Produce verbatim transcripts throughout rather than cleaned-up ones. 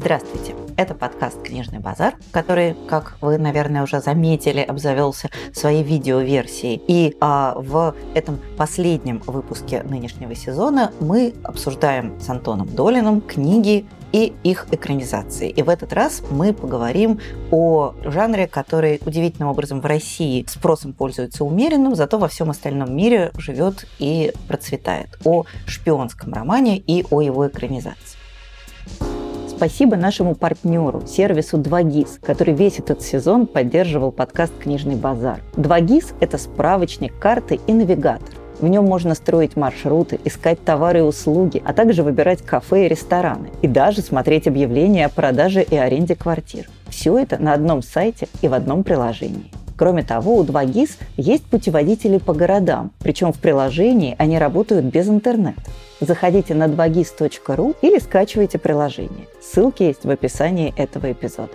Здравствуйте! Это подкаст «Книжный базар», который, как вы, наверное, уже заметили, обзавелся своей видеоверсией. И а, в этом последнем выпуске нынешнего сезона мы обсуждаем с Антоном Долиным книги и их экранизации. И в этот раз мы поговорим о жанре, который удивительным образом в России спросом пользуется умеренным, зато во всем остальном мире живет и процветает. О шпионском романе и о его экранизации. Спасибо нашему партнеру, сервису два гис, который весь этот сезон поддерживал подкаст «Книжный базар». два гис – это справочник, карты и навигатор. В нем можно строить маршруты, искать товары и услуги, а также выбирать кафе и рестораны. И даже смотреть объявления о продаже и аренде квартир. Все это на одном сайте и в одном приложении. Кроме того, у два гис есть путеводители по городам, причем в приложении они работают без интернета. Заходите на два гис точка ру или скачивайте приложение. Ссылки есть в описании этого эпизода.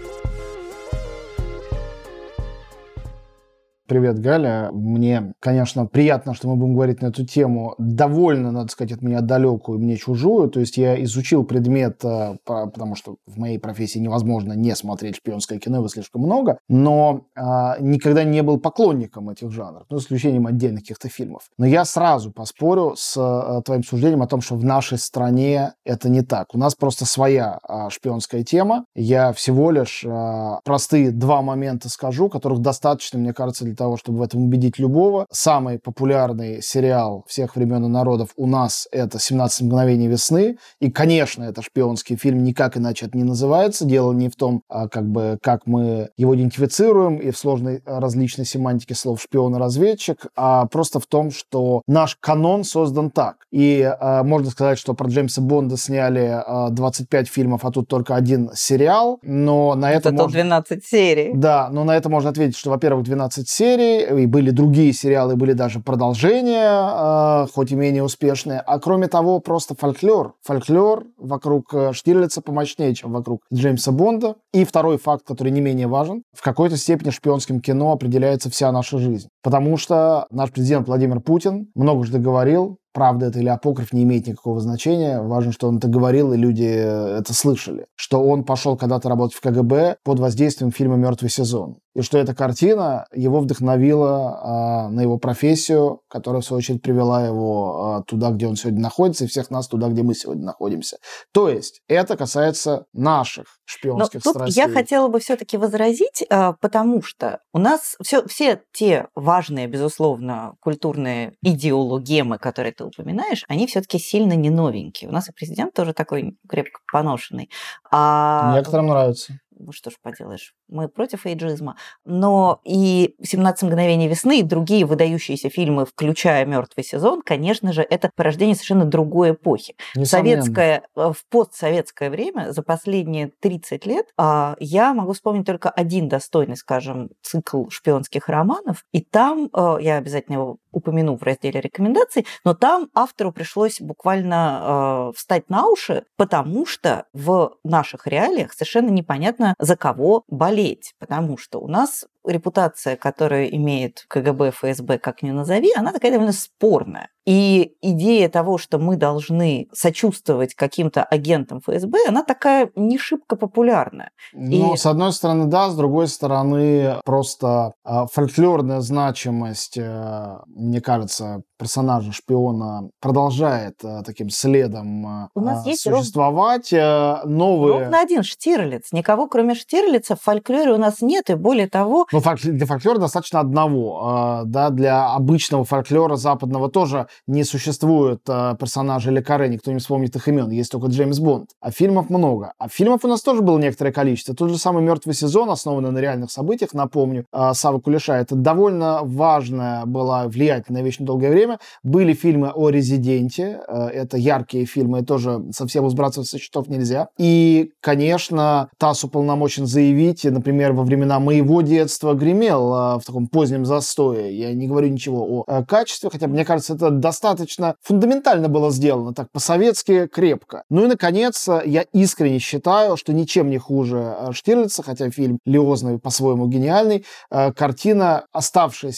Привет, Галя. Мне, конечно, приятно, что мы будем говорить на эту тему довольно, надо сказать, от меня далекую, мне чужую. То есть я изучил предмет, потому что в моей профессии невозможно не смотреть шпионское кино, его слишком много, но а, никогда не был поклонником этих жанров, ну, за исключением отдельных каких-то фильмов. Но я сразу поспорю с а, твоим суждением о том, что в нашей стране это не так. У нас просто своя а, шпионская тема. Я всего лишь а, простые два момента скажу, которых достаточно, мне кажется, для того, чтобы в этом убедить любого. Самый популярный сериал всех времен и народов у нас это «семнадцать мгновений весны». И, конечно, это шпионский фильм, никак иначе это не называется. Дело не в том, как бы, как мы его идентифицируем и в сложной различной семантике слов «шпион» и «разведчик», а просто в том, что наш канон создан так. И а, можно сказать, что про Джеймса Бонда сняли а, двадцать пять фильмов, а тут только один сериал. Но на это, это можно... двенадцать серий. Да, но на это можно ответить, что, во-первых, двенадцать серий, и были другие сериалы, были даже продолжения, э, хоть и менее успешные. А кроме того, просто фольклор. Фольклор вокруг Штирлица помощнее, чем вокруг Джеймса Бонда. И второй факт, который не менее важен. В какой-то степени шпионским кино определяется вся наша жизнь. Потому что наш президент Владимир Путин многожды говорил, правда это или апокриф, не имеет никакого значения. Важно, что он это говорил, и люди это слышали. Что он пошел когда-то работать в ка гэ бэ под воздействием фильма «Мертвый сезон». И что эта картина его вдохновила э, на его профессию, которая, в свою очередь, привела его э, туда, где он сегодня находится, и всех нас туда, где мы сегодня находимся. То есть это касается наших шпионских Но страстей. Тут я хотела бы все-таки возразить, э, потому что у нас все, все те важные, безусловно, культурные идеологемы, которые ты упоминаешь, они все-таки сильно не новенькие. У нас и президент тоже такой крепко поношенный. А... Некоторым нравится. Ну что ж поделаешь, мы против эйджизма. Но и «семнадцать мгновений весны» и другие выдающиеся фильмы, включая «Мертвый сезон», конечно же, это порождение совершенно другой эпохи. Советское, в постсоветское время, за последние тридцать лет, я могу вспомнить только один достойный, скажем, цикл шпионских романов. И там, я обязательно его упомяну в разделе рекомендаций, но там автору пришлось буквально встать на уши, потому что в наших реалиях совершенно непонятно, за кого болеть, потому что у нас репутация, которую имеет ка гэ бэ, эф эс бэ, как ни назови, она такая довольно спорная. И идея того, что мы должны сочувствовать каким-то агентам эф эс бэ, она такая не шибко популярная. Ну, И... с одной стороны, да, с другой стороны, просто э, фольклорная значимость, э, мне кажется, персонажа шпиона продолжает э, таким следом э, У нас есть существовать. Ров... Э, новые... Ровно один Штирлиц. Никого, кроме Штирлица, в фольклоре у нас нет, и более того... Ну, для фольклора достаточно одного. Э, да, для обычного фольклора западного тоже не существует э, персонажей Ле Карре, никто не вспомнит их имен, есть только Джеймс Бонд. А фильмов много. А фильмов у нас тоже было некоторое количество. Тот же самый «Мертвый сезон», основанный на реальных событиях, напомню, э, Савва Кулеша, это довольно важная была влиятельная вещь на долгое время. Были фильмы о «Резиденте», э, это яркие фильмы, тоже совсем сбрасывать со счетов нельзя. И, конечно, ТАСС уполномочен заявить, например, во времена моего детства гремел э, в таком позднем застое. Я не говорю ничего о э, качестве, хотя, мне кажется, это достаточно фундаментально было сделано, так по-советски крепко. Ну и, наконец, я искренне считаю, что ничем не хуже Штирлица, хотя фильм лиозный, по-своему гениальный, э, картина, оставшаяся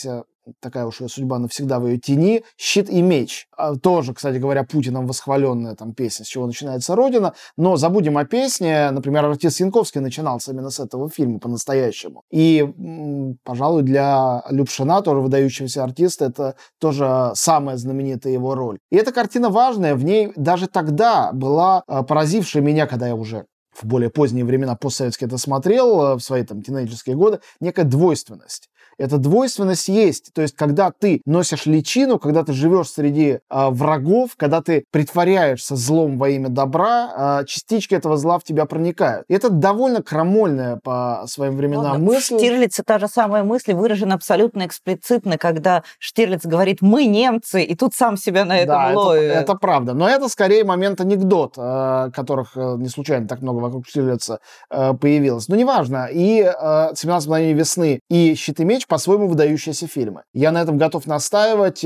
такая уж ее судьба навсегда в ее тени, «Щит и меч». Тоже, кстати говоря, Путиным восхваленная там песня, с чего начинается Родина. Но забудем о песне. Например, артист Янковский начинался именно с этого фильма по-настоящему. И, пожалуй, для Любшина, тоже выдающегося артиста, это тоже самая знаменитая его роль. И эта картина важная. В ней даже тогда была поразившая меня, когда я уже в более поздние времена постсоветские это смотрел, в свои там тинейджерские годы, некая двойственность. Эта двойственность есть. То есть, когда ты носишь личину, когда ты живешь среди э, врагов, когда ты притворяешься злом во имя добра, э, частички этого зла в тебя проникают. И это довольно крамольная по своим временам Ладно, мысль. В Штирлице та же самая мысль выражена абсолютно эксплицитно, когда Штирлиц говорит «мы немцы», и тут сам себя на этом да, ловит. Это, это правда. Но это скорее момент анекдот, э, которых э, не случайно так много вокруг Штирлица э, появилось. Но неважно. И э, «семнадцать мгновений весны», и «Щит и меч» по-своему выдающиеся фильмы. Я на этом готов настаивать,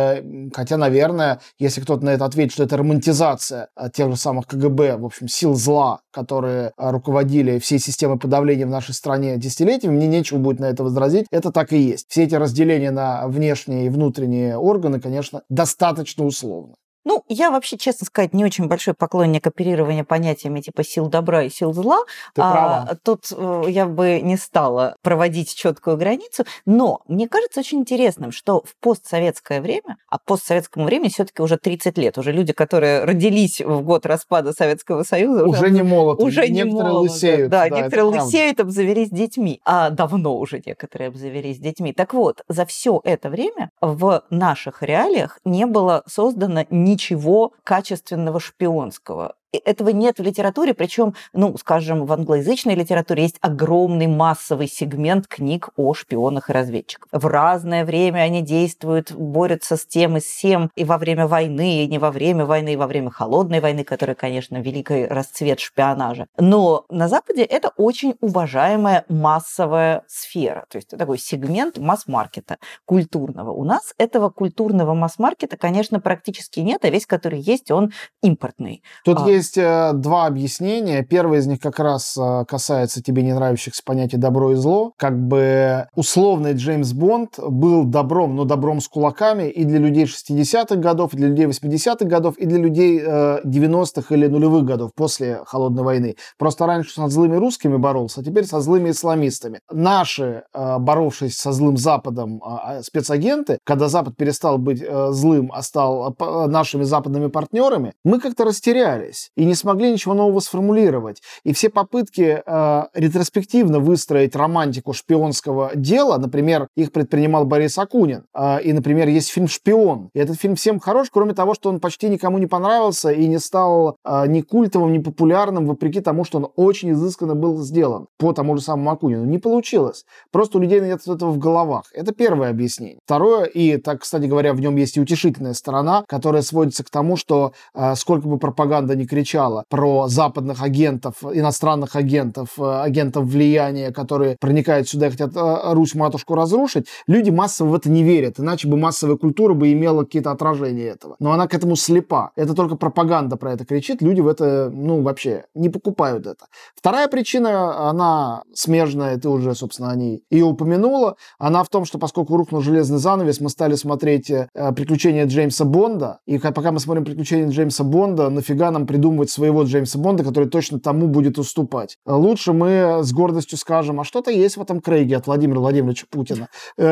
э, хотя, наверное, если кто-то на это ответит, что это романтизация э, тех же самых ка гэ бэ, в общем, сил зла, которые э, руководили всей системой подавления в нашей стране десятилетиями, мне нечего будет на это возразить. Это так и есть. Все эти разделения на внешние и внутренние органы, конечно, достаточно условны. Ну, я вообще, честно сказать, не очень большой поклонник оперирования понятиями типа сил добра и сил зла. Ты права. А, тут э, я бы не стала проводить четкую границу, но мне кажется очень интересным, что в постсоветское время, а постсоветскому времени все-таки уже тридцать лет, уже люди, которые родились в год распада Советского Союза, уже, уже не молоды, уже некоторые не молоды, лысеют. Да, да, некоторые лысеют, обзавелись детьми, а давно уже некоторые обзавелись детьми. Так вот, за все это время в наших реалиях не было создано ничего качественного шпионского. Этого нет в литературе, причем, ну, скажем, в англоязычной литературе есть огромный массовый сегмент книг о шпионах и разведчиках. В разное время они действуют, борются с тем и с сем, и во время войны, и не во время войны, и во время холодной войны, которая, конечно, великий расцвет шпионажа. Но на Западе это очень уважаемая массовая сфера, то есть это такой сегмент масс-маркета культурного. У нас этого культурного масс-маркета, конечно, практически нет, а весь, который есть, он импортный. Тут а, есть э, два объяснения. Первое из них как раз э, касается тебе не нравящихся понятий добро и зло. Как бы условный Джеймс Бонд был добром, но добром с кулаками и для людей шестидесятых годов, и для людей восьмидесятых годов, и для людей э, девяностых или нулевых годов после Холодной войны. Просто раньше со злыми русскими боролся, а теперь со злыми исламистами. Наши, э, боровшись со злым Западом, э, спецагенты, когда Запад перестал быть э, злым, а стал э, нашими западными партнерами, мы как-то растерялись и не смогли ничего нового сформулировать. И все попытки э, ретроспективно выстроить романтику шпионского дела, например, их предпринимал Борис Акунин, э, и, например, есть фильм «Шпион». И этот фильм всем хорош, кроме того, что он почти никому не понравился и не стал э, ни культовым, ни популярным, вопреки тому, что он очень изысканно был сделан по тому же самому Акунину. Не получилось. Просто у людей нет этого в головах. Это первое объяснение. Второе, и, так, кстати говоря, в нем есть и утешительная сторона, которая сводится к тому, что э, сколько бы пропаганда ни кричала про западных агентов, иностранных агентов, агентов влияния, которые проникают сюда и хотят Русь-матушку разрушить, люди массово в это не верят, иначе бы массовая культура бы имела какие-то отражения этого. Но она к этому слепа. Это только пропаганда про это кричит, люди в это, ну, вообще не покупают это. Вторая причина, она смежная, ты уже, собственно, о ней ее упомянула, она в том, что поскольку рухнул железный занавес, мы стали смотреть э, приключения Джеймса Бонда, и пока мы смотрим приключения Джеймса Бонда, нафига нам придумывать своего Джеймса Бонда, который точно тому будет уступать. Лучше мы с гордостью скажем, а что-то есть в этом Крейге от Владимира Владимировича Путина,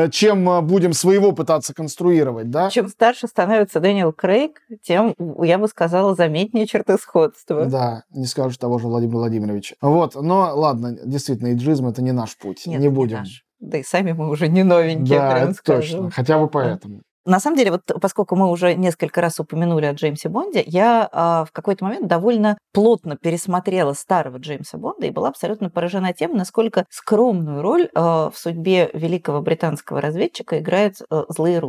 чем будем своего пытаться конструировать, да? Чем старше становится Дэниел Крейг, тем, я бы сказала, заметнее черты сходства. Да, не скажешь того же Владимира Владимировича. Вот, но ладно, действительно, иджизм — это не наш путь, Нет, не будем. Не наш. Да и сами мы уже не новенькие, да, прям это скажем. точно, хотя бы поэтому. На самом деле, вот поскольку мы уже несколько раз упомянули о Джеймсе Бонде, я а, в какой-то момент довольно плотно пересмотрела старого Джеймса Бонда и была абсолютно поражена тем, насколько скромную роль а, в судьбе великого британского разведчика играют а, злые русские.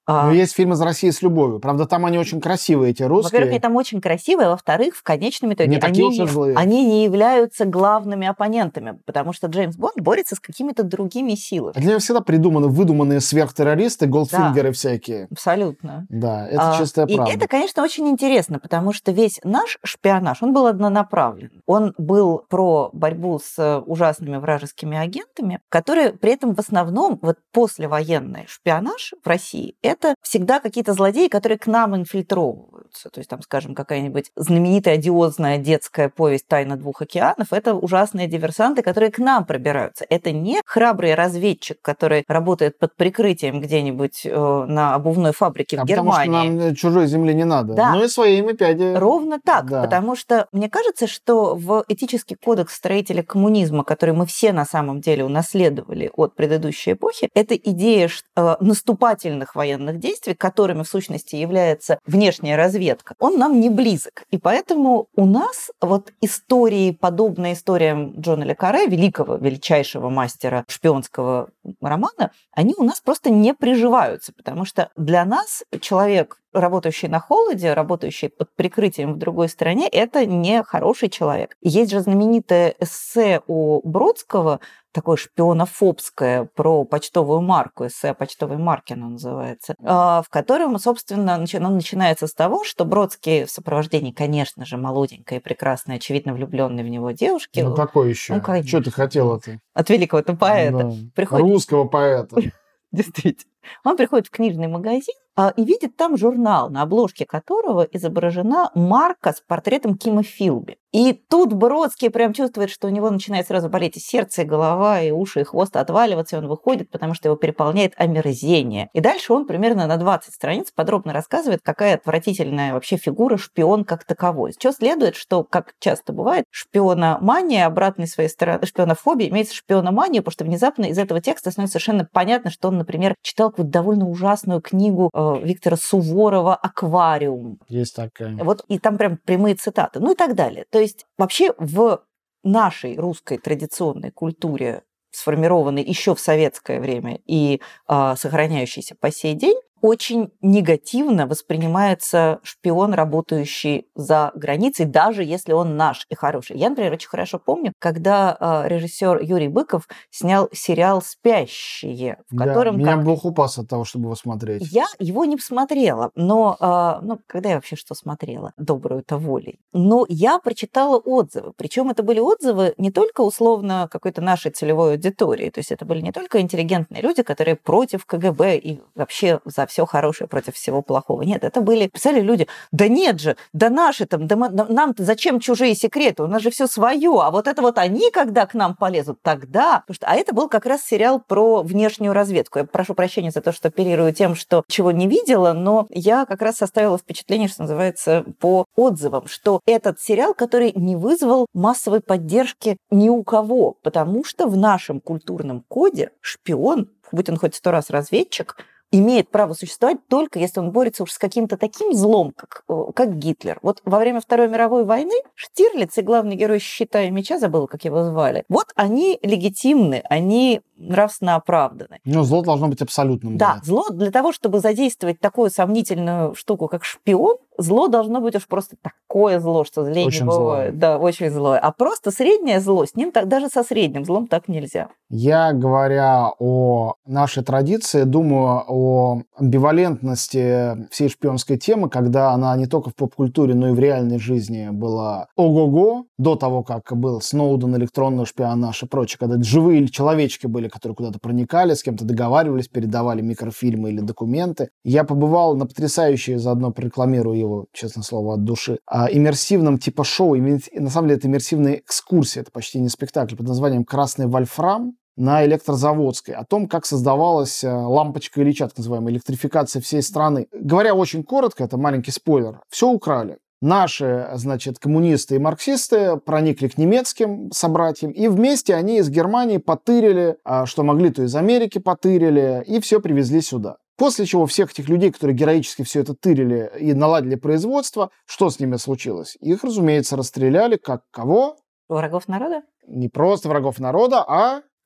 Но есть фильм «Из России с любовью». Правда, там они очень красивые, эти русские. Во-первых, они там очень красивые, а во-вторых, в конечном итоге не они, такие злые. они не являются главными оппонентами, потому что Джеймс Бонд борется с какими-то другими силами. Для меня всегда придуманы выдуманные сверхтеррористы, голдфингеры да, всякие. Абсолютно. Да, это а, чистая и правда. И это, конечно, очень интересно, потому что весь наш шпионаж, он был однонаправленный. Он был про борьбу с ужасными вражескими агентами, которые при этом в основном, вот послевоенный шпионаж в России, это всегда какие-то злодеи, которые к нам инфильтровываются. То есть, там, скажем, какая-нибудь знаменитая, одиозная детская повесть «Тайна двух океанов» — это ужасные диверсанты, которые к нам пробираются. Это не храбрый разведчик, который работает под прикрытием где-нибудь э, на обувной фабрике в а Германии. Потому что нам чужой земли не надо. Да. Ну и своими пяди. Ровно так. Да. Потому что мне кажется, что в этический кодекс строителя коммунизма, который мы все на самом деле унаследовали от предыдущей эпохи, эта идея э, наступательных военных действий, которыми в сущности является внешняя разведка, он нам не близок. И поэтому у нас вот истории, подобные историям Джона ле Карре, великого, величайшего мастера шпионского романа, они у нас просто не приживаются, потому что для нас человек, работающий на холоде, работающий под прикрытием в другой стране, это не хороший человек. Есть же знаменитое эссе у Бродского, такое шпионофобское, про почтовую марку, эссе о почтовой марке оно называется, в котором, собственно, оно начинается с того, что Бродский в сопровождении, конечно же, молоденькой и прекрасной, очевидно влюбленной в него девушки. Ну, какой еще? Ну, конечно. Что ты хотела-то? От великого-то поэта. Да. Приходит... Русского поэта. Действительно. Он приходит в книжный магазин а, и видит там журнал, на обложке которого изображена марка с портретом Кима Филби. И тут Бродский прям чувствует, что у него начинает сразу болеть и сердце, и голова, и уши, и хвост отваливаться, и он выходит, потому что его переполняет омерзение. И дальше он примерно на двадцать страниц подробно рассказывает, какая отвратительная вообще фигура шпион как таковой. Из чего следует, что, как часто бывает, шпиономания, обратной своей стороны, шпионофобия имеется шпиономания, потому что внезапно из этого текста становится совершенно понятно, что он, например, читал какую-то довольно ужасную книгу э, Виктора Суворова «Аквариум». Есть такая. Вот, и там прям прямые цитаты, ну и так далее. То есть вообще в нашей русской традиционной культуре, сформированной еще в советское время и э, сохраняющейся по сей день, очень негативно воспринимается шпион, работающий за границей, даже если он наш и хороший. Я, например, очень хорошо помню, когда э, режиссер Юрий Быков снял сериал «Спящие», в котором... Да, меня как... Бог упас от того, чтобы его смотреть. Я его не посмотрела, но... Э, ну, когда я вообще что смотрела? Добрую-то волей. Но я прочитала отзывы. Причем это были отзывы не только условно какой-то нашей целевой аудитории, то есть это были не только интеллигентные люди, которые против ка гэ бэ и вообще за все хорошее против всего плохого. Нет, это были, писали люди, да нет же, да наши там, да мы, нам-то зачем чужие секреты, у нас же все свое, а вот это вот они, когда к нам полезут, тогда... Потому что, а это был как раз сериал про внешнюю разведку. Я прошу прощения за то, что оперирую тем, что чего не видела, но я как раз составила впечатление, что называется, по отзывам, что этот сериал, который не вызвал массовой поддержки ни у кого, потому что в нашем культурном коде шпион, будь он хоть сто раз разведчик, имеет право существовать только если он борется уж с каким-то таким злом, как, как Гитлер. Вот во время Второй мировой войны Штирлиц и главный герой «Щита и меча», забыла, как его звали, вот они легитимны, они нравственно оправданы. Но зло должно быть абсолютным. Да, да, зло для того, чтобы задействовать такую сомнительную штуку, как шпион, зло должно быть уж просто такое зло, что злее очень не бывает. Злое. Да, очень злое. А просто среднее зло, с ним так, даже со средним злом так нельзя. Я, говоря о нашей традиции, думаю о амбивалентности всей шпионской темы, когда она не только в поп-культуре, но и в реальной жизни была ого-го, до того, как был Сноуден, электронный шпионаж и прочее, когда живые человечки были, которые куда-то проникали, с кем-то договаривались, передавали микрофильмы или документы. Я побывал на потрясающей, заодно прорекламирую его, честное слово, от души, иммерсивном типа шоу. На самом деле это иммерсивная экскурсия, это почти не спектакль, под названием «Красный вольфрам» на Электрозаводской, о том, как создавалась лампочка Ильича, так называемая электрификация всей страны. Говоря очень коротко, это маленький спойлер, все украли. Наши, значит, коммунисты и марксисты проникли к немецким собратьям, и вместе они из Германии потырили, что могли, то из Америки потырили, и все привезли сюда. После чего всех этих людей, которые героически все это тырили и наладили производство, что с ними случилось? Их, разумеется, расстреляли как кого? Врагов народа? Не просто врагов народа, а...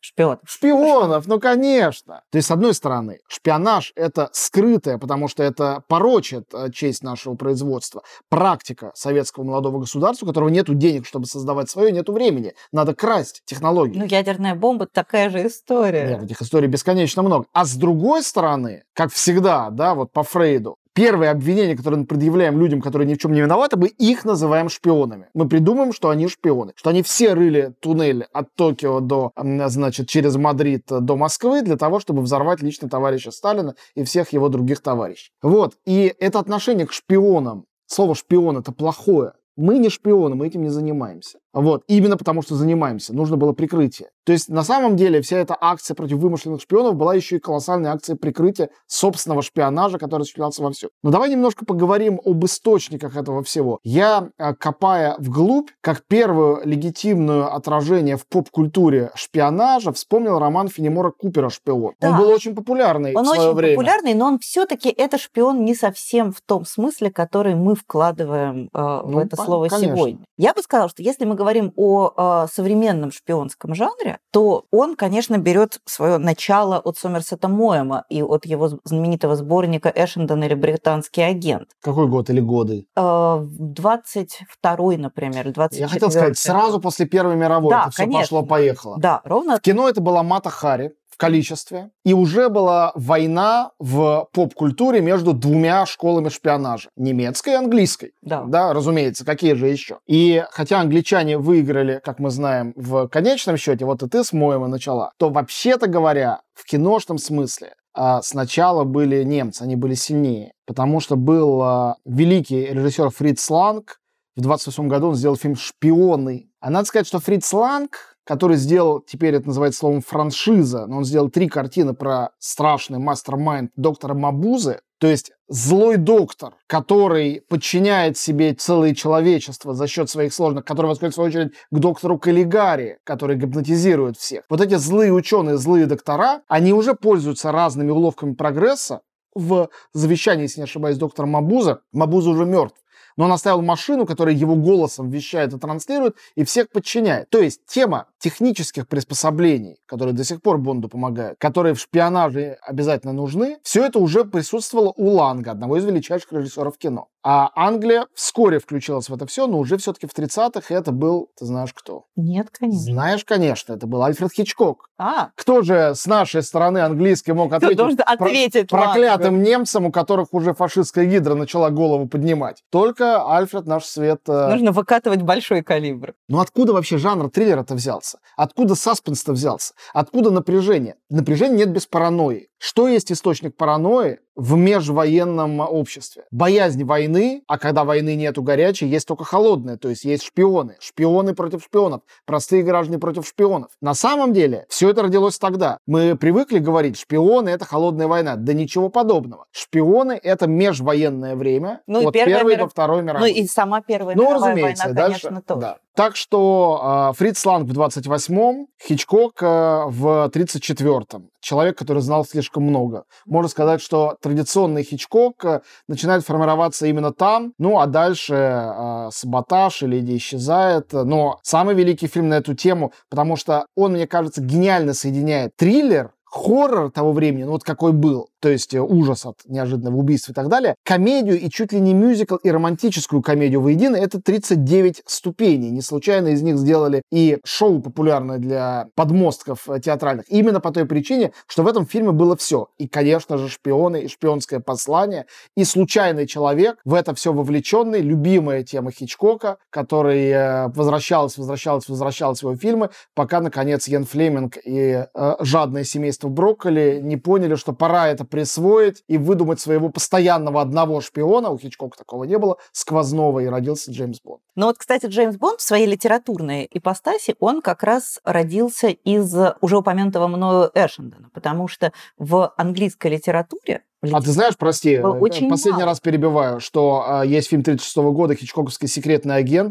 Шпионов. Шпионов, ну, конечно. То есть, с одной стороны, шпионаж — это скрытое, потому что это порочит честь нашего производства. Практика советского молодого государства, у которого нету денег, чтобы создавать свое, нету времени. Надо красть технологии. Ну, ядерная бомба — такая же история. Нет, этих историй бесконечно много. А с другой стороны, как всегда, да, вот по Фрейду, первые обвинения, которые мы предъявляем людям, которые ни в чем не виноваты, мы их называем шпионами. Мы придумаем, что они шпионы, что они все рыли туннель от Токио до, значит, через Мадрид до Москвы для того, чтобы взорвать лично товарища Сталина и всех его других товарищей. Вот. И это отношение к шпионам, слово «шпион» — это плохое. Мы не шпионы, мы этим не занимаемся. Вот. Именно потому, что занимаемся. Нужно было прикрытие. То есть, на самом деле, вся эта акция против вымышленных шпионов была еще и колоссальной акцией прикрытия собственного шпионажа, который осуществлялся вовсю. Но давай немножко поговорим об источниках этого всего. Я, копая вглубь, как первое легитимное отражение в поп-культуре шпионажа, вспомнил роман Фенемора Купера «Шпион». Да. Он был очень популярный Он в свое очень время. популярный, но он все-таки это шпион не совсем в том смысле, который мы вкладываем э, в Ну, это по- слово конечно. сегодня. Я бы сказала, что если мы говорим о э, современном шпионском жанре, то он, конечно, берет свое начало от Сомерсета Моэма и от его знаменитого сборника «Эшендон» или «Британский агент». Какой год или годы? Э, двадцать второй, например, двадцать четвёртый. Я хотел сказать, сразу после Первой мировой Да, это все конечно. пошло-поехало. Да, ровно. В кино это была Мата Хари в количестве, и уже была война в поп-культуре между двумя школами шпионажа, немецкой и английской. Да. Да, разумеется, какие же еще. И хотя англичане выиграли, как мы знаем, в конечном счете, вот и ты с Моэма начала, то вообще-то говоря, в киношном смысле а, сначала были немцы, они были сильнее, потому что был а, великий режиссер Фриц Ланг, в двадцать восьмом году он сделал фильм «Шпионы». А надо сказать, что Фриц Ланг, который сделал, теперь это называется словом франшиза, но он сделал три картины про страшный мастер-майнд доктора Мабузе, то есть злой доктор, который подчиняет себе целое человечество за счет своих сложных, который восходит, в свою очередь, к доктору Каллигари, который гипнотизирует всех. Вот эти злые ученые, злые доктора, они уже пользуются разными уловками прогресса. В завещании, если не ошибаюсь, доктора Мабузе, Мабузе уже мертв, но он оставил машину, которая его голосом вещает и транслирует, и всех подчиняет. То есть тема технических приспособлений, которые до сих пор Бонду помогают, которые в шпионаже обязательно нужны, все это уже присутствовало у Ланга, одного из величайших режиссеров кино. А Англия вскоре включилась в это все, но уже все-таки в тридцатых это был, ты знаешь кто? Нет, конечно. Знаешь, конечно, это был Альфред Хичкок. А, Кто же с нашей стороны английской мог кто ответить, должен ответить про- проклятым Лангу? немцам, у которых уже фашистская гидра начала голову поднимать? Только Альфред наш свет... э, Нужно выкатывать большой калибр. Ну откуда вообще жанр триллера-то взялся? Откуда саспенс-то взялся? Откуда напряжение? Напряжения нет без паранойи. Что есть источник паранойи в межвоенном обществе? Боязнь войны, а когда войны нету горячей, есть только холодная, то есть есть шпионы. Шпионы против шпионов. Простые граждане против шпионов. На самом деле, все это родилось тогда. Мы привыкли говорить, шпионы — это холодная война. Да ничего подобного. Шпионы — это межвоенное время Ну и от Первая Первой миров- до Второй Ну мировой. и сама Первая Ну, мировая разумеется, война, дальше, конечно, тоже. да. Так что э, Фриц Ланг в двадцать восьмом, Хичкок э, в тридцать четвёртом. Человек, который знал слишком много. Можно сказать, что традиционный Хичкок э, начинает формироваться именно там, ну а дальше э, «Саботаж» или «Леди исчезает». Но самый великий фильм на эту тему, потому что он, мне кажется, гениально соединяет триллер, хоррор того времени, ну вот какой был, то есть ужас от неожиданного убийства и так далее, комедию и чуть ли не мюзикл и романтическую комедию воедино, это тридцать девять ступеней. Не случайно из них сделали и шоу популярное для подмостков театральных. Именно по той причине, что в этом фильме было все. И, конечно же, шпионы, и шпионское послание, и случайный человек, в это все вовлеченный, любимая тема Хичкока, который возвращалась, возвращалась, возвращалась в его фильмы, пока, наконец, Йен Флеминг и э, жадное семейство Брокколи не поняли, что пора это присвоить и выдумать своего постоянного одного шпиона, у Хичкока такого не было, сквозного, и родился Джеймс Бонд. Но вот, кстати, Джеймс Бонд в своей литературной ипостаси, он как раз родился из уже упомянутого мною Эшендона, потому что в английской литературе А ты знаешь, прости, было очень последний мало. раз перебиваю, что э, есть фильм тридцать шестого года «Хичкоковский секретный агент»,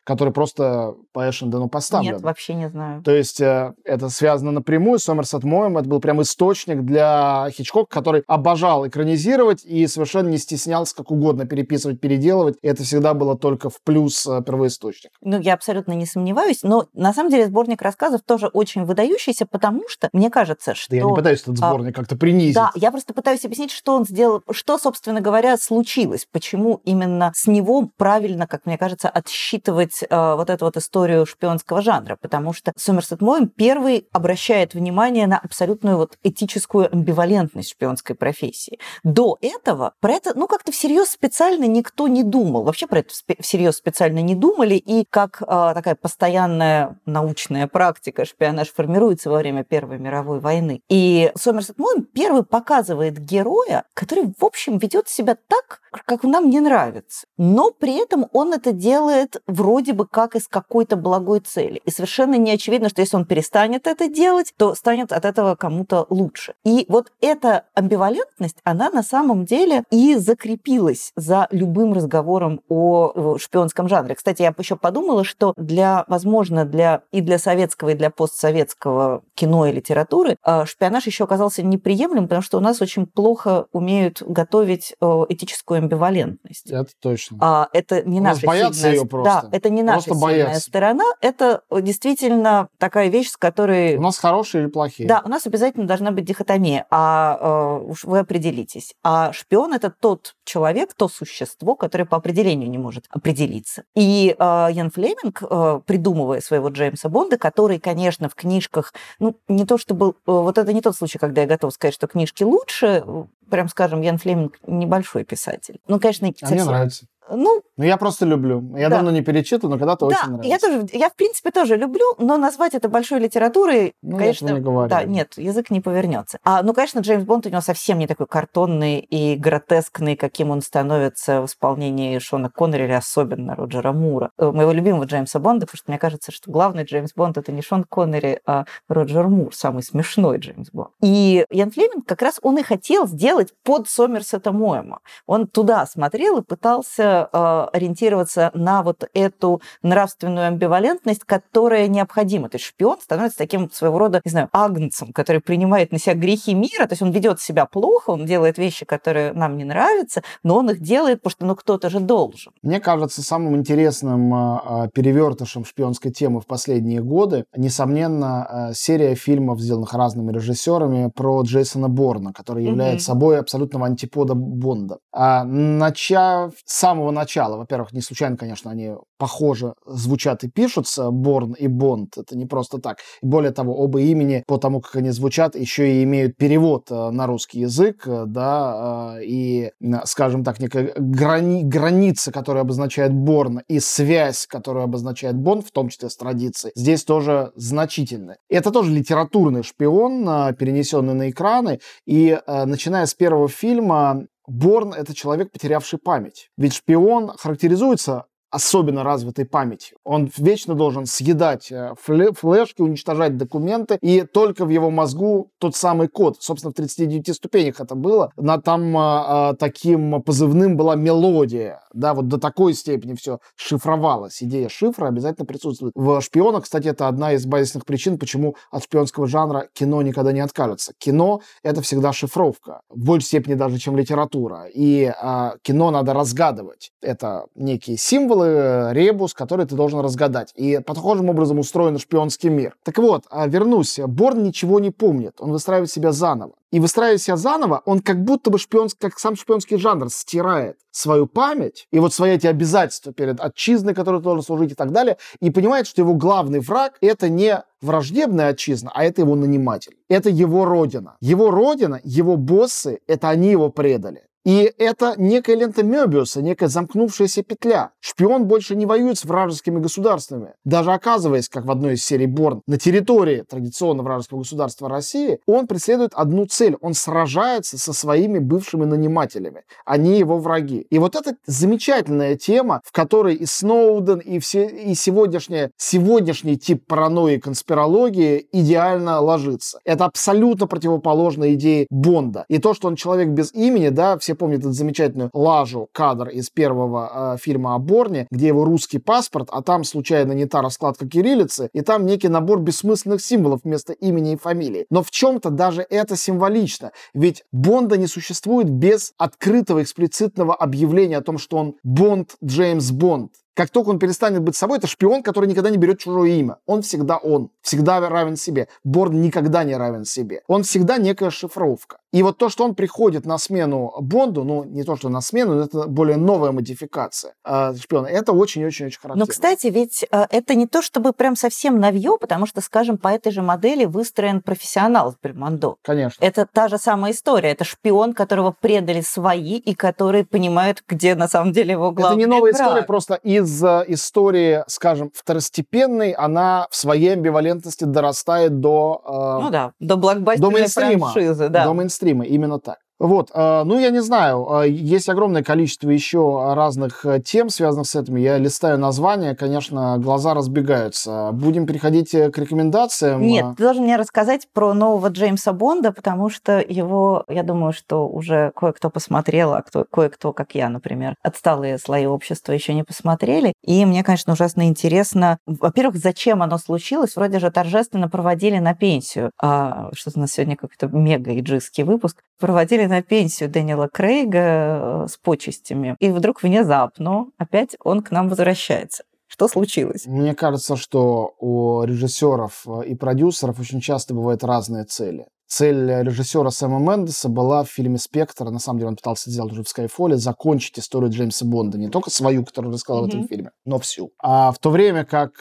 который просто по Эшендену поставлен. Нет, вообще не знаю. То есть э, это связано напрямую с Сомерсет Моэм. Это был прям источник для Хичкока, который обожал экранизировать и совершенно не стеснялся как угодно переписывать, переделывать. И это всегда было только в плюс э, первоисточник. Ну, я абсолютно не сомневаюсь, но на самом деле сборник рассказов тоже очень выдающийся, потому что мне кажется, что... Да я не пытаюсь этот сборник а, как-то принизить. Да, я просто пытаюсь объяснить, что он сделал, что, собственно говоря, случилось, почему именно с него правильно, как мне кажется, отсчитывать э, вот эту вот историю шпионского жанра, потому что Сомерсет Моэм первый обращает внимание на абсолютную вот этическую амбивалентность шпионской профессии. До этого про это, ну, как-то всерьез специально никто не думал. Вообще про это всерьез специально не думали, и как э, такая постоянная научная практика шпионаж формируется во время Первой мировой войны. И Сомерсет Моэм первый показывает героя, который, в общем, ведет себя так, как нам не нравится. Но при этом он это делает вроде бы как из какой-то благой цели. И совершенно не очевидно, что если он перестанет это делать, то станет от этого кому-то лучше. И вот эта амбивалентность, она на самом деле и закрепилась за любым разговором о шпионском жанре. Кстати, я еще подумала, что для, возможно, для и для советского, и для постсоветского кино и литературы шпионаж еще оказался неприемлем, потому что у нас очень плохо умеют готовить этическую амбивалентность. Это точно. А, это не у наша боятся сильная... ее просто. Да, это не наша просто сильная боятся. сторона. Это действительно такая вещь, с которой... У нас хорошие или плохие? Да, у нас обязательно должна быть дихотомия. А уж вы определитесь. А шпион – это тот человек, то существо, которое по определению не может определиться. И э, Ян Флеминг, э, придумывая своего Джеймса Бонда, который, конечно, в книжках, ну, не то чтобы... Э, вот это не тот случай, когда я готова сказать, что книжки лучше. Прям скажем, Ян Флеминг небольшой писатель. Ну, конечно, а совсем... мне нравится. Ну, ну, я просто люблю. Я да. давно не перечитываю, но когда-то да, очень нравится. Я тоже, я в принципе тоже люблю, но назвать это большой литературой, ну, конечно, не говорю. Да, нет, язык не повернется. А, ну, конечно, Джеймс Бонд у него совсем не такой картонный и гротескный, каким он становится в исполнении Шона Коннери или особенно Роджера Мура, моего любимого Джеймса Бонда, потому что мне кажется, что главный Джеймс Бонд это не Шон Коннери, а Роджер Мур, самый смешной Джеймс Бонд. И Ян Флеминг как раз он и хотел сделать под Сомерсета Моэма. Он туда смотрел и пытался э, ориентироваться на вот эту нравственную амбивалентность, которая необходима. То есть шпион становится таким своего рода, не знаю, агнцем, который принимает на себя грехи мира, то есть он ведет себя плохо, он делает вещи, которые нам не нравятся, но он их делает, потому что ну кто-то же должен. Мне кажется, самым интересным э, перевертышем шпионской темы в последние годы, несомненно, э, серия фильмов, сделанных разными режиссерами, про Джейсона Борна, который является mm-hmm. собой абсолютного антипода Бонда. А, начав с самого начала, во-первых, не случайно, конечно, они похоже звучат и пишутся, Борн и Бонд, это не просто так. И более того, оба имени, по тому, как они звучат, еще и имеют перевод на русский язык, да, и, скажем так, некая грани- граница, которая обозначает Борн, и связь, которая обозначает Бонд, в том числе с традицией, здесь тоже значительны. Это тоже литературный шпион, перенесенный на экраны, и начиная с первого фильма, Борн — это человек, потерявший память. Ведь шпион характеризуется особенно развитой памятью. Он вечно должен съедать флешки, уничтожать документы, и только в его мозгу тот самый код. Собственно, в тридцати девяти ступенях это было. На там а, таким позывным была мелодия. Да, вот до такой степени все шифровалось. Идея шифра обязательно присутствует. В шпионах, кстати, это одна из базисных причин, почему от шпионского жанра кино никогда не откажется. Кино — это всегда шифровка. В большей степени даже, чем литература. И а, кино надо разгадывать. Это некие символы, ребус, который ты должен разгадать. И по такому образом устроен шпионский мир. Так вот, вернусь. Борн ничего не помнит. Он выстраивает себя заново. И выстраивая себя заново, он как будто бы шпионский, как сам шпионский жанр, стирает свою память и вот свои эти обязательства перед отчизной, которой должен служить и так далее, и понимает, что его главный враг — это не враждебная отчизна, а это его наниматель. Это его родина. Его родина, его боссы — это они его предали. И это некая лента Мёбиуса, некая замкнувшаяся петля. Шпион больше не воюет с вражескими государствами. Даже оказываясь, как в одной из серий Борн, на территории традиционно вражеского государства России, он преследует одну цель. Он сражается со своими бывшими нанимателями. Они его враги. И вот это замечательная тема, в которой и Сноуден, и, все, и сегодняшняя, сегодняшний тип паранойи и конспирологии идеально ложится. Это абсолютно противоположная идее Бонда. И то, что он человек без имени, да, все все помнят эту замечательную лажу, кадр из первого э, фильма о Борне, где его русский паспорт, а там случайно не та раскладка кириллицы, и там некий набор бессмысленных символов вместо имени и фамилии. Но в чем-то даже это символично, ведь Бонда не существует без открытого, эксплицитного объявления о том, что он Бонд Джеймс Бонд. Как только он перестанет быть собой, это шпион, который никогда не берет чужое имя. Он всегда он, всегда равен себе. Борн никогда не равен себе. Он всегда некая шифровка. И вот то, что он приходит на смену Бонду, ну, не то, что на смену, но это более новая модификация э, шпиона, это очень-очень-очень характерно. Но, кстати, ведь э, это не то, чтобы прям совсем новье, потому что, скажем, по этой же модели выстроен профессионал в Бельмондо. Конечно. Это та же самая история. Это шпион, которого предали свои, и который понимает, где на самом деле его главный Это не новая враг. история, просто из э, истории, скажем, второстепенной, она в своей амбивалентности дорастает до... Э, ну да, до блокбастерной франшизы. Да. До мейнстрима, именно так. Вот, ну, я не знаю, есть огромное количество еще разных тем, связанных с этим. Я листаю названия, конечно, глаза разбегаются. Будем переходить к рекомендациям? Нет, ты должен мне рассказать про нового Джеймса Бонда, потому что его, я думаю, что уже кое-кто посмотрел, а кто, кое-кто, как я, например, отсталые слои общества еще не посмотрели. И мне, конечно, ужасно интересно, во-первых, зачем оно случилось? Вроде же торжественно проводили на пенсию. А, что-то у нас сегодня какой-то мега-иджистский выпуск. Проводили на пенсию Дэниела Крейга с почестями. И вдруг внезапно опять он к нам возвращается. Что случилось? Мне кажется, что у режиссеров и продюсеров очень часто бывают разные цели. Цель режиссера Сэма Мендеса была в фильме «Спектр», на самом деле он пытался сделать уже в «Скайфоле», закончить историю Джеймса Бонда. Не только свою, которую рассказал mm-hmm. в этом фильме, но всю. А в то время как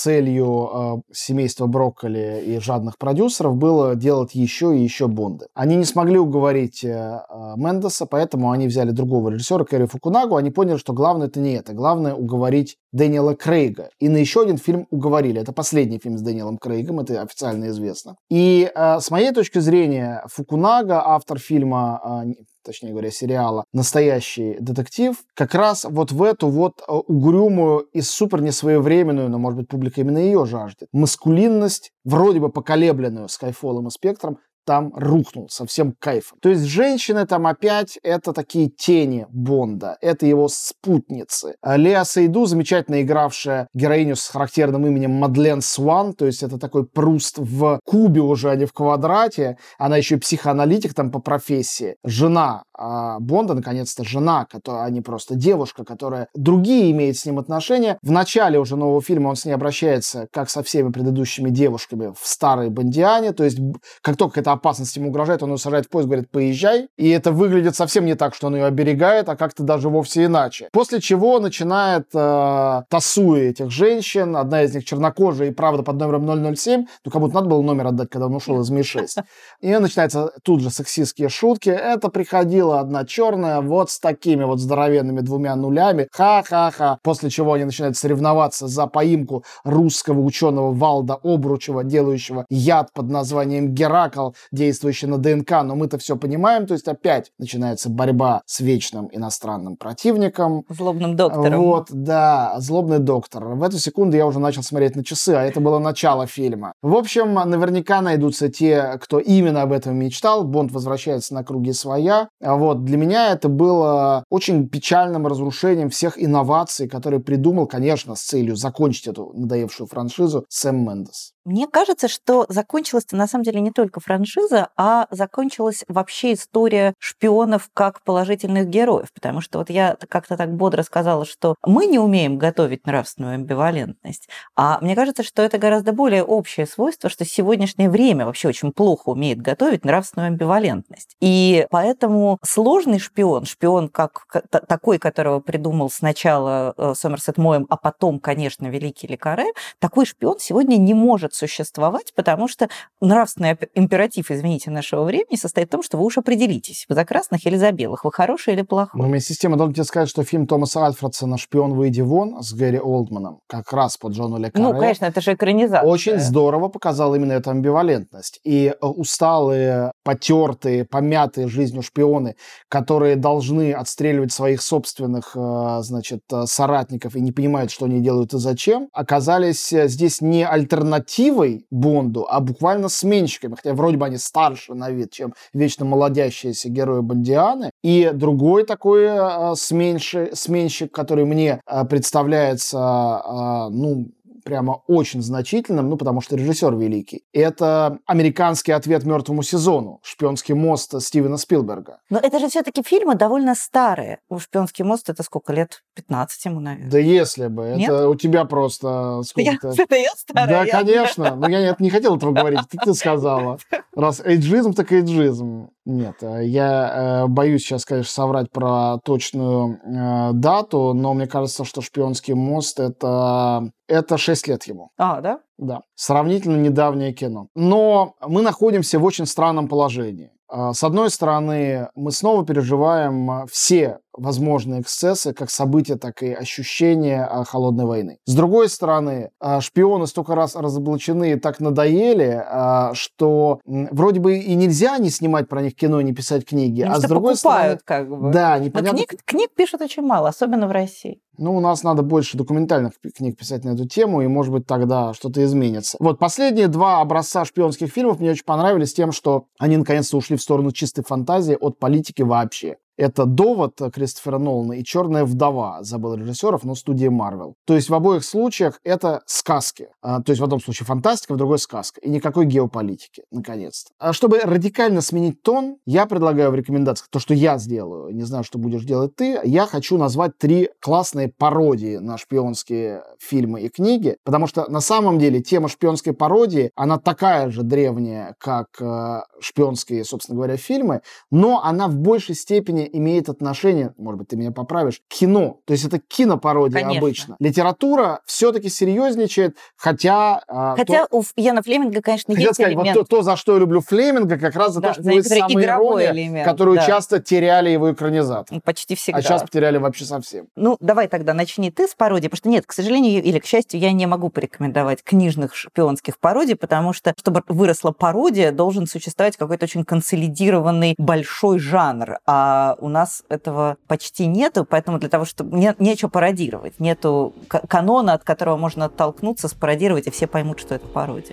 целью семейства Брокколи и жадных продюсеров было делать еще и еще Бонды. Они не смогли уговорить Мендеса, поэтому они взяли другого режиссера, Кэрри Фукунагу. Они поняли, что главное это не это. Главное уговорить Дэниела Крейга. И на еще один фильм уговорили. Это последний фильм с Дэниелом Крейгом, это официально известно. И с моей точки зрения, Фукунага, автор фильма, точнее говоря, сериала «Настоящий детектив», как раз вот в эту вот угрюмую и супер несвоевременную, но, может быть, публика именно ее жаждет, маскулинность, вроде бы поколебленную Скайфолом и Спектром, там рухнул совсем кайфом. То есть женщины там опять это такие тени Бонда, это его спутницы. Леа Сейду, замечательно игравшая героиню с характерным именем Мадлен Сван, то есть это такой Пруст в кубе уже, а не в квадрате. Она еще и психоаналитик там по профессии. Жена а Бонда, наконец-то, жена, которая, а не просто девушка, которая другие имеет с ним отношения. В начале уже нового фильма он с ней обращается, как со всеми предыдущими девушками, в старой Бондиане, то есть как только эта опасность ему угрожает, он ее сажает в поезд, говорит, поезжай, и это выглядит совсем не так, что он ее оберегает, а как-то даже вовсе иначе. После чего начинает э, тасуя этих женщин, одна из них чернокожая и правда под номером ноль ноль семь, ну как будто надо было номер отдать, когда он ушел из Ми шесть. И начинаются тут же сексистские шутки. Это приходила одна черная вот с такими вот здоровенными двумя нулями. Ха-ха-ха. После чего они начинают соревноваться за поимку русского ученого Валда Обручева, делающего яд под названием Геракл, действующий на ДНК. Но мы-то все понимаем. То есть опять начинается борьба с вечным иностранным противником. Злобным доктором. Вот, да, злобный доктор. В эту секунду я уже начал смотреть на часы, а это было начало фильма. В общем, наверняка найдутся те, кто именно об этом мечтал. Бонд возвращается на круги своя. Вот, для меня это было очень печальным разрушением всех инноваций, которые придумал, конечно, с целью закончить эту надоевшую франшизу Сэм Мендес. Мне кажется, что закончилась-то на самом деле не только франшиза, а закончилась вообще история шпионов как положительных героев. Потому что вот я как-то так бодро сказала, что мы не умеем готовить нравственную амбивалентность. А мне кажется, что это гораздо более общее свойство, что сегодняшнее время вообще очень плохо умеет готовить нравственную амбивалентность. И поэтому сложный шпион, шпион как такой, которого придумал сначала Сомерсет Моэм, а потом, конечно, великий Ле Карре, такой шпион сегодня не может существовать, потому что нравственный императив, извините, нашего времени состоит в том, что вы уж определитесь, вы за красных или за белых, вы хороший или плохой. Но вместе с тем, я должен тебе сказать, что фильм Томаса Альфредсона «Шпион, выйди вон» с Гэри Олдманом, как раз по Джону Ле Карре, ну, конечно, это же экранизация, очень здорово показал именно эту амбивалентность. И усталые, потертые, помятые жизнью шпионы, которые должны отстреливать своих собственных, значит, соратников и не понимают, что они делают и зачем, оказались здесь не альтернативой Бонду, а буквально сменщиками. Хотя вроде бы плане старше на вид, чем вечно молодящиеся герои Бондианы. И другой такой э, сменщик, сменщик, который мне э, представляется, э, ну, прямо очень значительным, ну, потому что режиссер великий. Это американский ответ мертвому сезону, «Шпионский мост» Стивена Спилберга. Но это же все-таки фильмы довольно старые. «Шпионский мост» — это сколько лет? пятнадцать ему, наверное. Да если бы. Нет? Это у тебя просто сколько-то... Я, это я старая? Да, конечно. Но я не хотел этого говорить. Ты, ты сказала. Раз эйджизм, так эйджизм. Нет, я э, боюсь сейчас, конечно, соврать про точную э, дату, но мне кажется, что «Шпионский мост» — это, это шесть лет ему. А, да? Да, сравнительно недавнее кино. Но мы находимся в очень странном положении. С одной стороны, мы снова переживаем все возможные эксцессы, как события, так и ощущения холодной войны. С другой стороны, шпионы столько раз разоблачены и так надоели, что вроде бы и нельзя не снимать про них кино, не писать книги. Потому а что с другой покупают, стороны, как бы. Да, непонятно. Но книг, книг пишут очень мало, особенно в России. Ну, у нас надо больше документальных книг писать на эту тему, и, может быть, тогда что-то изменится. Вот, последние два образца шпионских фильмов мне очень понравились тем, что они, наконец-то, ушли в сторону чистой фантазии от политики вообще. Это «Довод» Кристофера Нолана и «Черная вдова», забыл режиссеров, но студия Marvel. То есть в обоих случаях это сказки. А, то есть в одном случае фантастика, в другой сказка. И никакой геополитики, наконец-то. А чтобы радикально сменить тон, я предлагаю в рекомендациях то, что я сделаю. Не знаю, что будешь делать ты. Я хочу назвать три классные пародии на шпионские фильмы и книги, потому что на самом деле тема шпионской пародии, она такая же древняя, как э, шпионские, собственно говоря, фильмы, но она в большей степени имеет отношение, может быть, ты меня поправишь, к кино. То есть это кинопародия. Конечно. Обычно. Литература все-таки серьезничает, хотя... Хотя то... у Яна Флеминга, конечно, Хотел есть сказать, элемент. Вот то, то, за что я люблю Флеминга, как раз за да, то, что есть самоирония, элемент, которую да. часто теряли его экранизаторы. Почти всегда. А сейчас потеряли вообще совсем. Ну, давай тогда начни ты с пародии, потому что нет, к сожалению или к счастью, я не могу порекомендовать книжных шпионских пародий, потому что, чтобы выросла пародия, должен существовать какой-то очень консолидированный большой жанр, а у нас этого почти нету, поэтому для того, чтобы... Не, нечего пародировать, нету канона, от которого можно оттолкнуться, спародировать, и все поймут, что это пародия.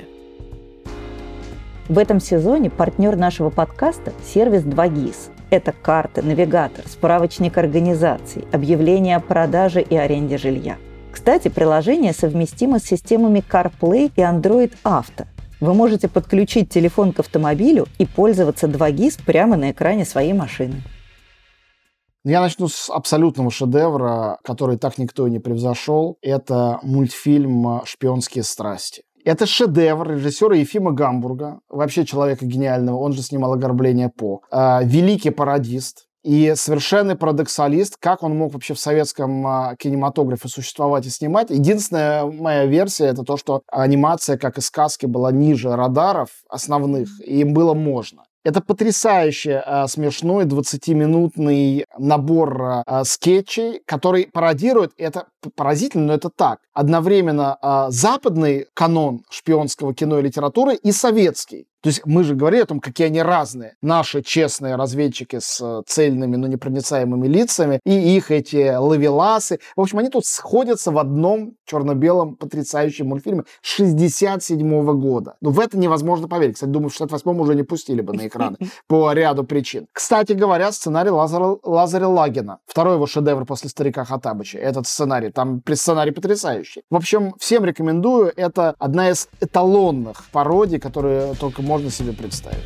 В этом сезоне партнер нашего подкаста – сервис два гис. Это карты, навигатор, справочник организаций, объявления о продаже и аренде жилья. Кстати, приложение совместимо с системами CarPlay и Android Auto. Вы можете подключить телефон к автомобилю и пользоваться два гис прямо на экране своей машины. Я начну с абсолютного шедевра, который так никто и не превзошел. Это мультфильм «Шпионские страсти». Это шедевр режиссера Ефима Гамбурга, вообще человека гениального, он же снимал «Ограбление По». Великий пародист и совершенный парадоксалист, как он мог вообще в советском кинематографе существовать и снимать. Единственная моя версия — это то, что анимация, как и сказки, была ниже радаров основных, и им было можно. Это потрясающе э, смешной двадцатиминутный набор э, скетчей, который пародирует, это поразительно, но это так, одновременно э, западный канон шпионского кино и литературы и советский. То есть мы же говорили о том, какие они разные. Наши честные разведчики с цельными, но непроницаемыми лицами и их эти ловеласы. В общем, они тут сходятся в одном черно-белом потрясающем мультфильме шестьдесят седьмого года. Но в это невозможно поверить. Кстати, думаю, в шестьдесят восьмом уже не пустили бы на экраны по ряду причин. Кстати говоря, сценарий Лазаря, Лазаря Лагина. Второй его шедевр после «Старика Хоттабыча». Этот сценарий. Там сценарий потрясающий. В общем, всем рекомендую. Это одна из эталонных пародий, которые только можно себе представить.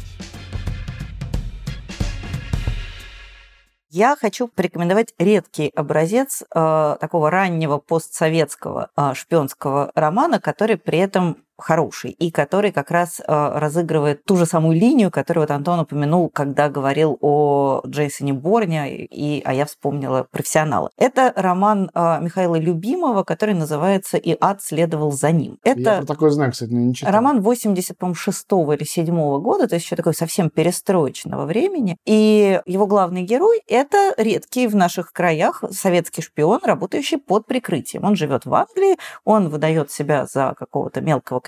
Я хочу порекомендовать редкий образец э, такого раннего постсоветского э, шпионского романа, который при этом хороший, и который как раз э, разыгрывает ту же самую линию, которую вот Антон упомянул, когда говорил о Джейсоне Борне, и, а я вспомнила «Профессионала». Это роман э, Михаила Любимова, который называется «И ад следовал за ним». Это я про такой знак, кстати, не читал. Роман восемьдесят шестого или седьмого года, то есть еще такой совсем перестроечного времени, и его главный герой – это редкий в наших краях советский шпион, работающий под прикрытием. Он живет в Англии, он выдает себя за какого-то мелкого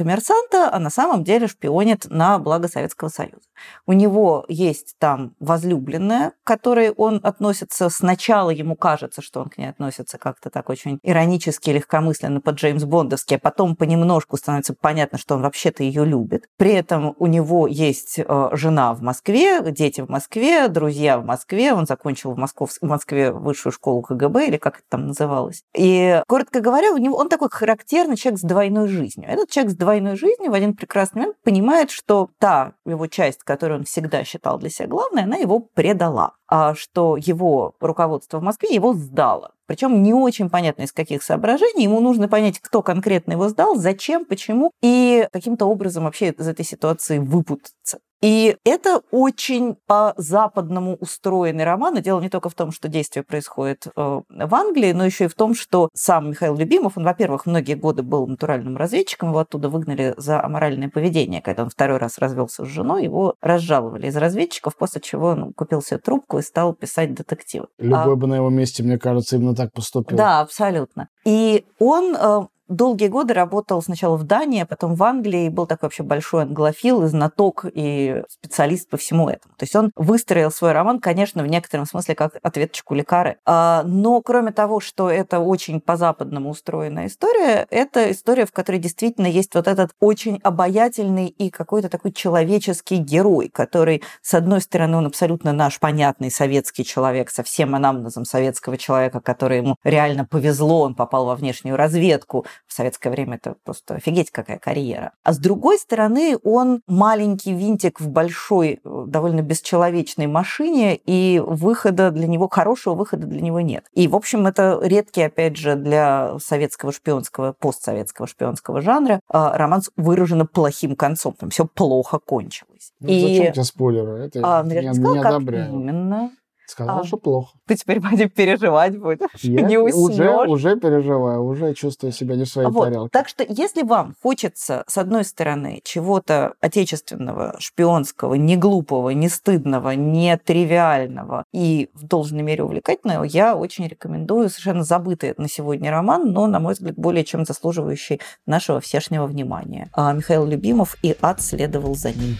коммерсанта, а на самом деле шпионит на благо Советского Союза. У него есть там возлюбленная, к которой он относится, сначала ему кажется, что он к ней относится как-то так очень иронически, легкомысленно, по-джеймс-бондовски, а потом понемножку становится понятно, что он вообще-то ее любит. При этом у него есть жена в Москве, дети в Москве, друзья в Москве, он закончил в, Москов... в Москве высшую школу КГБ, или как это там называлось. И, коротко говоря, у него... он такой характерный человек с двойной жизнью. Этот человек с двойной жизнью в один прекрасный момент понимает, что та его часть, которую он всегда считал для себя главной, она его предала, а что его руководство в Москве его сдало. Причем не очень понятно, из каких соображений. Ему нужно понять, кто конкретно его сдал, зачем, почему, и каким-то образом вообще из этой ситуации выпутаться. И это очень по-западному устроенный роман. И дело не только в том, что действие происходит в Англии, но еще и в том, что сам Михаил Любимов, он, во-первых, многие годы был натуральным разведчиком, его оттуда выгнали за аморальное поведение. Когда он второй раз развелся с женой, его разжаловали из разведчиков, после чего он купил себе трубку и стал писать детективы. Любой а... бы на его месте, мне кажется, именно так поступил. Да, абсолютно. И он... долгие годы работал сначала в Дании, а потом в Англии, и был такой вообще большой англофил, и знаток, и специалист по всему этому. То есть он выстроил свой роман, конечно, в некотором смысле как ответочку Лекары. Но кроме того, что это очень по-западному устроенная история, это история, в которой действительно есть вот этот очень обаятельный и какой-то такой человеческий герой, который, с одной стороны, он абсолютно наш понятный советский человек со всем анамнезом советского человека, который ему реально повезло, он попал во внешнюю разведку. В советское время это просто офигеть какая карьера. А с другой стороны, он маленький винтик в большой, довольно бесчеловечной машине, и выхода для него, хорошего выхода для него нет. И, в общем, это редкий, опять же, для советского шпионского, постсоветского шпионского жанра роман с выраженно плохим концом. Там все плохо кончилось. Ну, и... Зачем тебе спойлеры? Это а, не, я не сказала, одобряю. как именно. Сказал, а, что плохо. Ты теперь будешь переживать будешь. Я не уснешь. Уже, уже переживаю, уже чувствую себя не в своей вот. тарелке. Так что, если вам хочется, с одной стороны, чего-то отечественного, шпионского, не глупого, не стыдного, не тривиального и в должной мере увлекательного, я очень рекомендую совершенно забытый на сегодня роман, но, на мой взгляд, более чем заслуживающий нашего всешнего внимания. Михаил Любимов «И ад следовал за ним».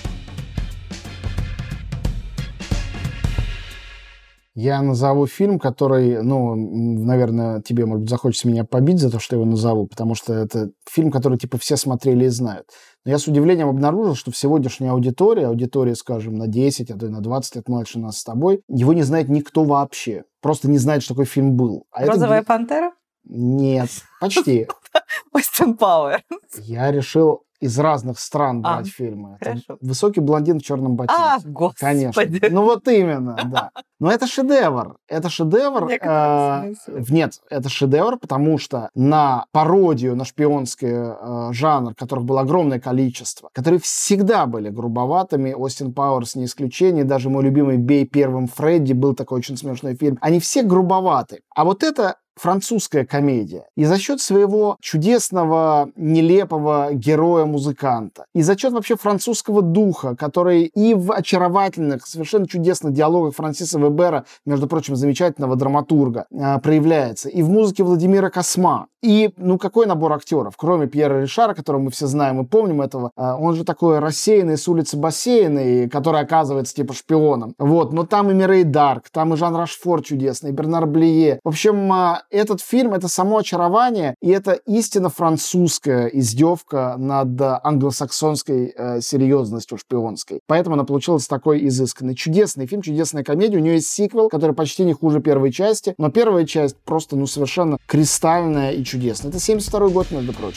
Я назову фильм, который, ну, наверное, тебе, может быть, захочется меня побить за то, что я его назову, потому что это фильм, который, типа, все смотрели и знают. Но я с удивлением обнаружил, что в сегодняшней аудитории, аудитории, скажем, на десять, а то и на двадцать лет младше нас с тобой, его не знает никто вообще. Просто не знает, что такой фильм был. А «Розовая это... пантера»? Нет, почти. Остин Пауэрс. Я решил из разных стран а, брать фильмы. Хорошо. «Высокий блондин в черном ботинке». А, господи. Конечно. Ну вот именно, да. Но это шедевр. Это шедевр. Э, нет, это шедевр, потому что на пародию на шпионский э, жанр, которых было огромное количество, которые всегда были грубоватыми, Остин Пауэрс не исключение, даже мой любимый «Бей первым Фредди» был такой очень смешной фильм. Они все грубоваты. А вот это французская комедия. И за счет своего чудесного, нелепого героя-музыканта, и за счет вообще французского духа, который и в очаровательных, совершенно чудесных диалогах Франсиса Вебера, между прочим, замечательного драматурга, э, проявляется, и в музыке Владимира Косма. И, ну, какой набор актеров? Кроме Пьера Ришара, которого мы все знаем и помним этого, э, он же такой рассеянный с улицы Бассейной, который оказывается типа шпионом. Вот, но там и Мирей Дарк, там и Жан Рашфор чудесный, и Бернар Блие. В общем, э, этот фильм — это само очарование, и это истинно французская издевка над англосаксонской э, серьезностью шпионской. Поэтому она получилась такой изысканной. Чудесный фильм, чудесная комедия. У нее есть сиквел, который почти не хуже первой части, но первая часть просто, ну, совершенно кристальная и чудесная. Это семьдесят второй год, между прочим.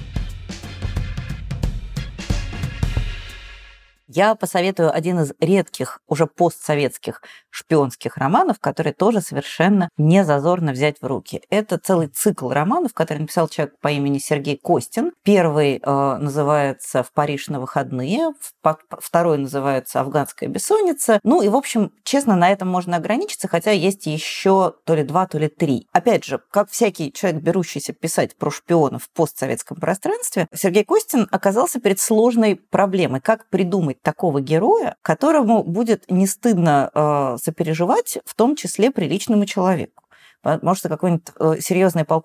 Я посоветую один из редких, уже постсоветских шпионских романов, который тоже совершенно не зазорно взять в руки. Это целый цикл романов, который написал человек по имени Сергей Костин. Первый э, называется «В Париж на выходные», второй называется «Афганская бессонница». Ну и, в общем, честно, на этом можно ограничиться, хотя есть еще то ли два, то ли три. Опять же, как всякий человек, берущийся писать про шпионов в постсоветском пространстве, Сергей Костин оказался перед сложной проблемой. Как придумать такого героя, которому будет не стыдно э, сопереживать, в том числе приличному человеку. Потому что какой-нибудь э, серьезный полковник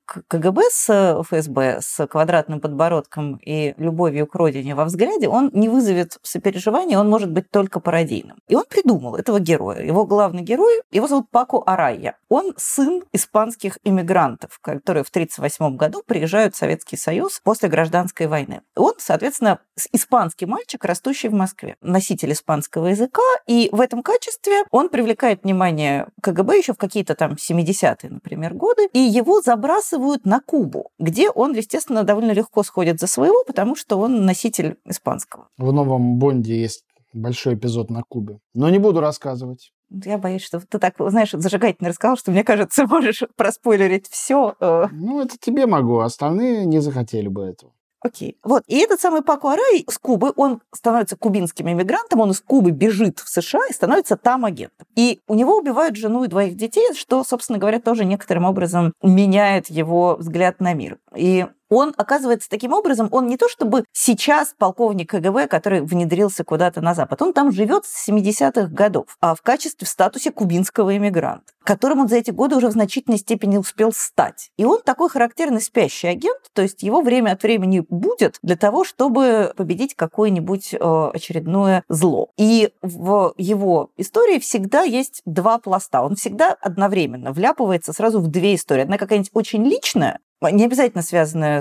КГБ с ФСБ с квадратным подбородком и любовью к родине во взгляде, он не вызовет сопереживания, он может быть только пародийным. И он придумал этого героя. Его главный герой, его зовут Пако Арайя. Он сын испанских иммигрантов, которые в тысяча девятьсот тридцать восьмом году приезжают в Советский Союз после гражданской войны. Он, соответственно, испанский мальчик, растущий в Москве, носитель испанского языка, и в этом качестве он привлекает внимание КГБ еще в какие-то там семидесятые, например, годы, и его забрасывают на Кубу, где он, естественно, довольно легко сходит за своего, потому что он носитель испанского. В новом Бонде есть большой эпизод на Кубе, но не буду рассказывать. Я боюсь, что ты так, знаешь, зажигательно рассказал, что, мне кажется, можешь проспойлерить все. Ну, это тебе могу, остальные не захотели бы этого. Окей. Вот. И этот самый Пако Арайя с Кубы, он становится кубинским иммигрантом, он из Кубы бежит в США и становится там агентом. И у него убивают жену и двоих детей, что, собственно говоря, тоже некоторым образом меняет его взгляд на мир. И он оказывается таким образом, он не то чтобы сейчас полковник КГБ, который внедрился куда-то на Запад, он там живет с семидесятых годов, а в качестве, в статусе кубинского иммигранта, которым он за эти годы уже в значительной степени успел стать. И он такой характерный спящий агент, то есть его время от времени будет для того, чтобы победить какое-нибудь очередное зло. И в его истории всегда есть два пласта. Он всегда одновременно вляпывается сразу в две истории. Одна какая-нибудь очень личная, не обязательно связанная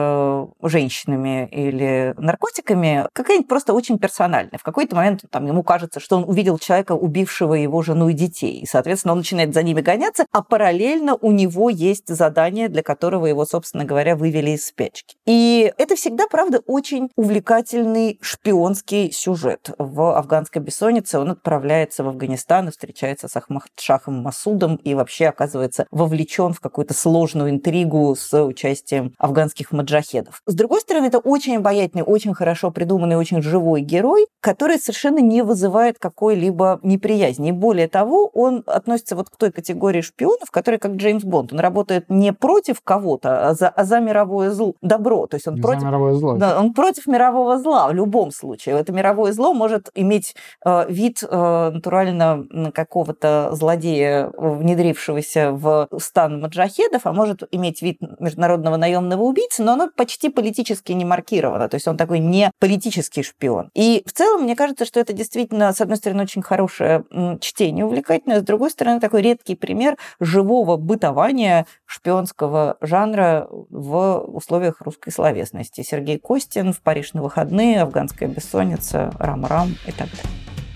с женщинами или наркотиками, какая-нибудь просто очень персональная. В какой-то момент там, ему кажется, что он увидел человека, убившего его жену и детей, и, соответственно, он начинает за ними гоняться, а параллельно у него есть задание, для которого его, собственно говоря, вывели из спячки. И это всегда, правда, очень увлекательный шпионский сюжет. В «Афганской бессоннице» он отправляется в Афганистан и встречается с Ахмад Шахом Масудом и вообще оказывается вовлечен в какую-то сложную интригу с участием афганских маджахедов. С другой стороны, это очень обаятельный, очень хорошо придуманный, очень живой герой, который совершенно не вызывает какой-либо неприязни. И более того, он относится вот к той категории шпионов, которые как Джеймс Бонд. Он работает не против кого-то, а за, а за мировое зло, добро. То есть он, против, мировое зло. Да, он против мирового зла в любом случае. Это мировое зло может иметь э, вид э, натурально какого-то злодея, внедрившегося в стан маджахедов, а может иметь вид международного наемного убийцы, но оно почти политически не маркировано, то есть он такой не политический шпион. И в целом, мне кажется, что это действительно, с одной стороны, очень хорошее чтение, увлекательное, с другой стороны, такой редкий пример живого бытования шпионского жанра в условиях русской словесности. Сергей Костин, «В Париж на выходные», «Афганская бессонница», «Рам-Рам» и так далее.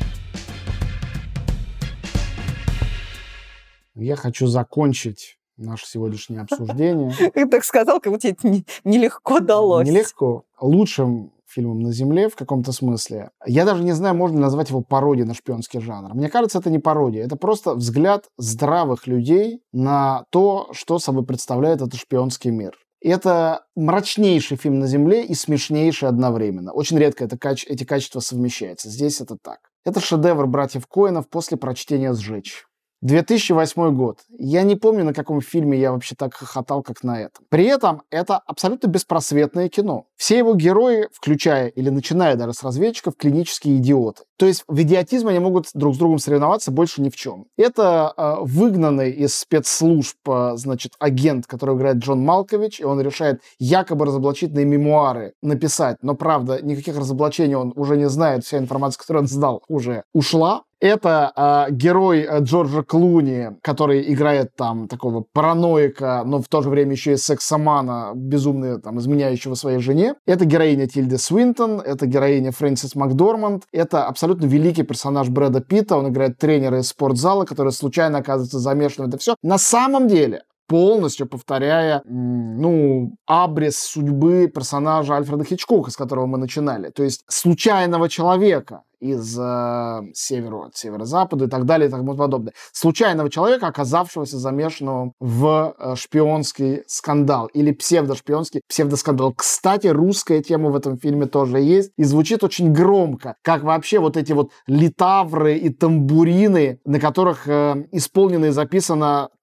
Я хочу закончить наше сегодняшнее обсуждение. Ты так сказал, как будто это нелегко далось. Нелегко. Лучшим фильмом на Земле в каком-то смысле. Я даже не знаю, можно ли назвать его пародией на шпионский жанр. Мне кажется, это не пародия. Это просто взгляд здравых людей на то, что собой представляет этот шпионский мир. Это мрачнейший фильм на Земле и смешнейший одновременно. Очень редко это, эти качества совмещаются. Здесь это так. Это шедевр братьев Коэнов после прочтения «Сжечь». две тысячи восьмой год. Я не помню, на каком фильме я вообще так хохотал, как на этом. При этом это абсолютно беспросветное кино. Все его герои, включая или начиная даже с разведчиков, клинические идиоты. То есть в идиотизме они могут друг с другом соревноваться больше ни в чем. Это э, выгнанный из спецслужб, э, значит, агент, который играет Джон Малкович, и он решает якобы разоблачительные мемуары написать, но, правда, никаких разоблачений он уже не знает, вся информация, которую он сдал, уже ушла. Это э, герой э, Джорджа Клуни, который играет там такого параноика, но в то же время еще и сексомана, безумно там изменяющего своей жене. Это героиня Тильды Свинтон, это героиня Фрэнсис Макдорманд, это абсолютно великий персонаж Брэда Питта, он играет тренера из спортзала, который случайно оказывается замешан в это все. На самом деле, полностью повторяя, ну, абрис судьбы персонажа Альфреда Хичкока, с которого мы начинали. То есть случайного человека из э, севера, от северо-запада и так далее и тому подобное. Случайного человека, оказавшегося замешанным в э, шпионский скандал или псевдошпионский псевдоскандал. Кстати, русская тема в этом фильме тоже есть и звучит очень громко, как вообще вот эти вот литавры и тамбурины, на которых э, исполнено и записано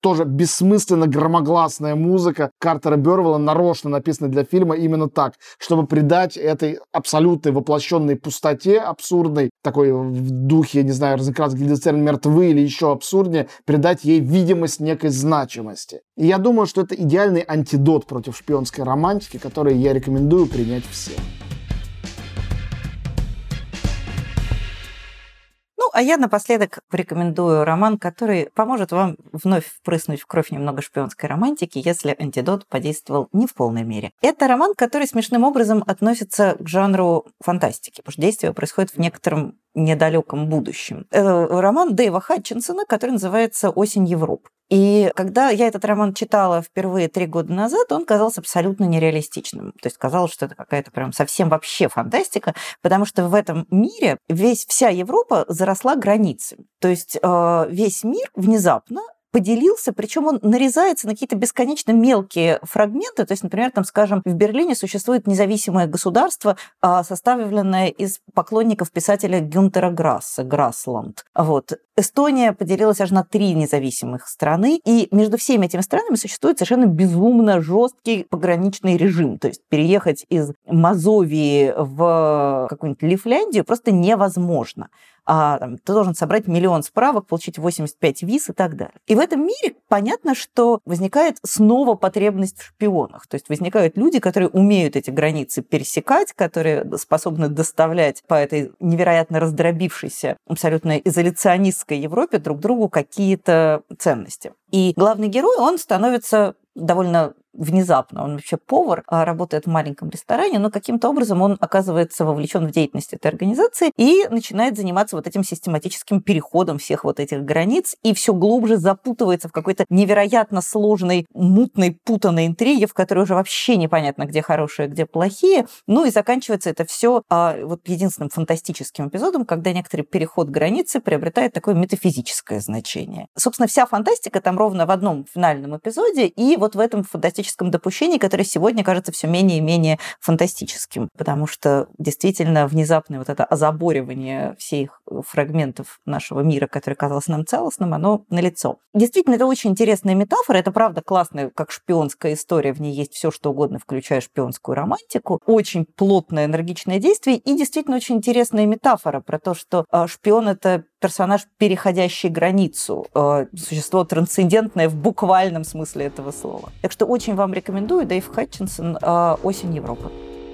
тоже бессмысленно громогласная музыка Картера Бёрвелла, нарочно написанная для фильма именно так, чтобы придать этой абсолютной воплощенной пустоте абсурдной, такой в духе, не знаю, Розенкранц, Гильденстерн мертвы или еще абсурднее, придать ей видимость некой значимости. И я думаю, что это идеальный антидот против шпионской романтики, который я рекомендую принять всем. Ну, а я напоследок порекомендую роман, который поможет вам вновь впрыснуть в кровь немного шпионской романтики, если антидот подействовал не в полной мере. Это роман, который смешным образом относится к жанру фантастики, потому что действие происходит в некотором недалеком будущем. Это роман Дэйва Хатчинсона, который называется «Осень Европы». И когда я этот роман читала впервые три года назад, он казался абсолютно нереалистичным. То есть казалось, что это какая-то прям совсем вообще фантастика, потому что в этом мире весь, вся Европа заросла границами. То есть э, весь мир внезапно поделился, причем он нарезается на какие-то бесконечно мелкие фрагменты. То есть, например, там, скажем, в Берлине существует независимое государство, составленное из поклонников писателя Гюнтера Грасса, Грасланд. Вот. Эстония поделилась аж на три независимых страны, и между всеми этими странами существует совершенно безумно жесткий пограничный режим. То есть переехать из Мазовии в какую-нибудь Лифляндию просто невозможно. А, там, ты должен собрать миллион справок, получить восемьдесят пять виз и так далее. И в этом мире понятно, что возникает снова потребность в шпионах. То есть возникают люди, которые умеют эти границы пересекать, которые способны доставлять по этой невероятно раздробившейся, абсолютно изоляционистской Европе друг другу какие-то ценности. И главный герой, он становится довольно внезапно. Он вообще повар, работает в маленьком ресторане, но каким-то образом он оказывается вовлечен в деятельность этой организации и начинает заниматься вот этим систематическим переходом всех вот этих границ и все глубже запутывается в какой-то невероятно сложной, мутной, путанной интриге, в которой уже вообще непонятно, где хорошие, где плохие. Ну и заканчивается это все а, вот единственным фантастическим эпизодом, когда некоторый переход границы приобретает такое метафизическое значение. Собственно, вся фантастика там ровно в одном финальном эпизоде и вот в этом фантастическом допущении, которое сегодня кажется все менее и менее фантастическим, потому что действительно внезапное вот это озаборивание всех фрагментов нашего мира, который казался нам целостным, оно налицо. Действительно, это очень интересная метафора, это правда классная, как шпионская история, в ней есть все что угодно, включая шпионскую романтику, очень плотное, энергичное действие и действительно очень интересная метафора про то, что шпион — это персонаж, переходящий границу, существо трансцендентное в буквальном смысле этого слова. Так что очень вам рекомендую Дэйв Хатчинсон «Осень Европы».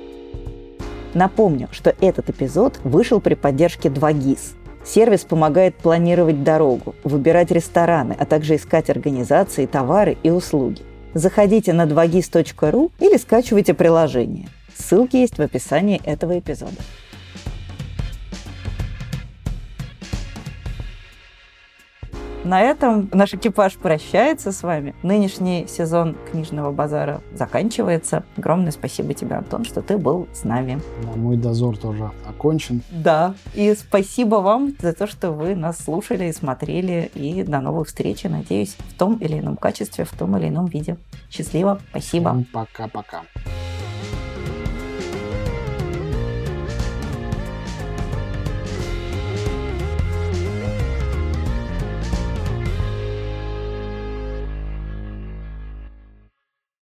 Напомню, что этот эпизод вышел при поддержке два гис. Сервис помогает планировать дорогу, выбирать рестораны, а также искать организации, товары и услуги. Заходите на два гис точка ру или скачивайте приложение. Ссылки есть в описании этого эпизода. На этом наш экипаж прощается с вами. Нынешний сезон книжного базара заканчивается. Огромное спасибо тебе, Антон, что ты был с нами. Да, мой дозор тоже окончен. Да, и спасибо вам за то, что вы нас слушали и смотрели. И до новых встреч, надеюсь, в том или ином качестве, в том или ином виде. Счастливо, спасибо. Пока-пока.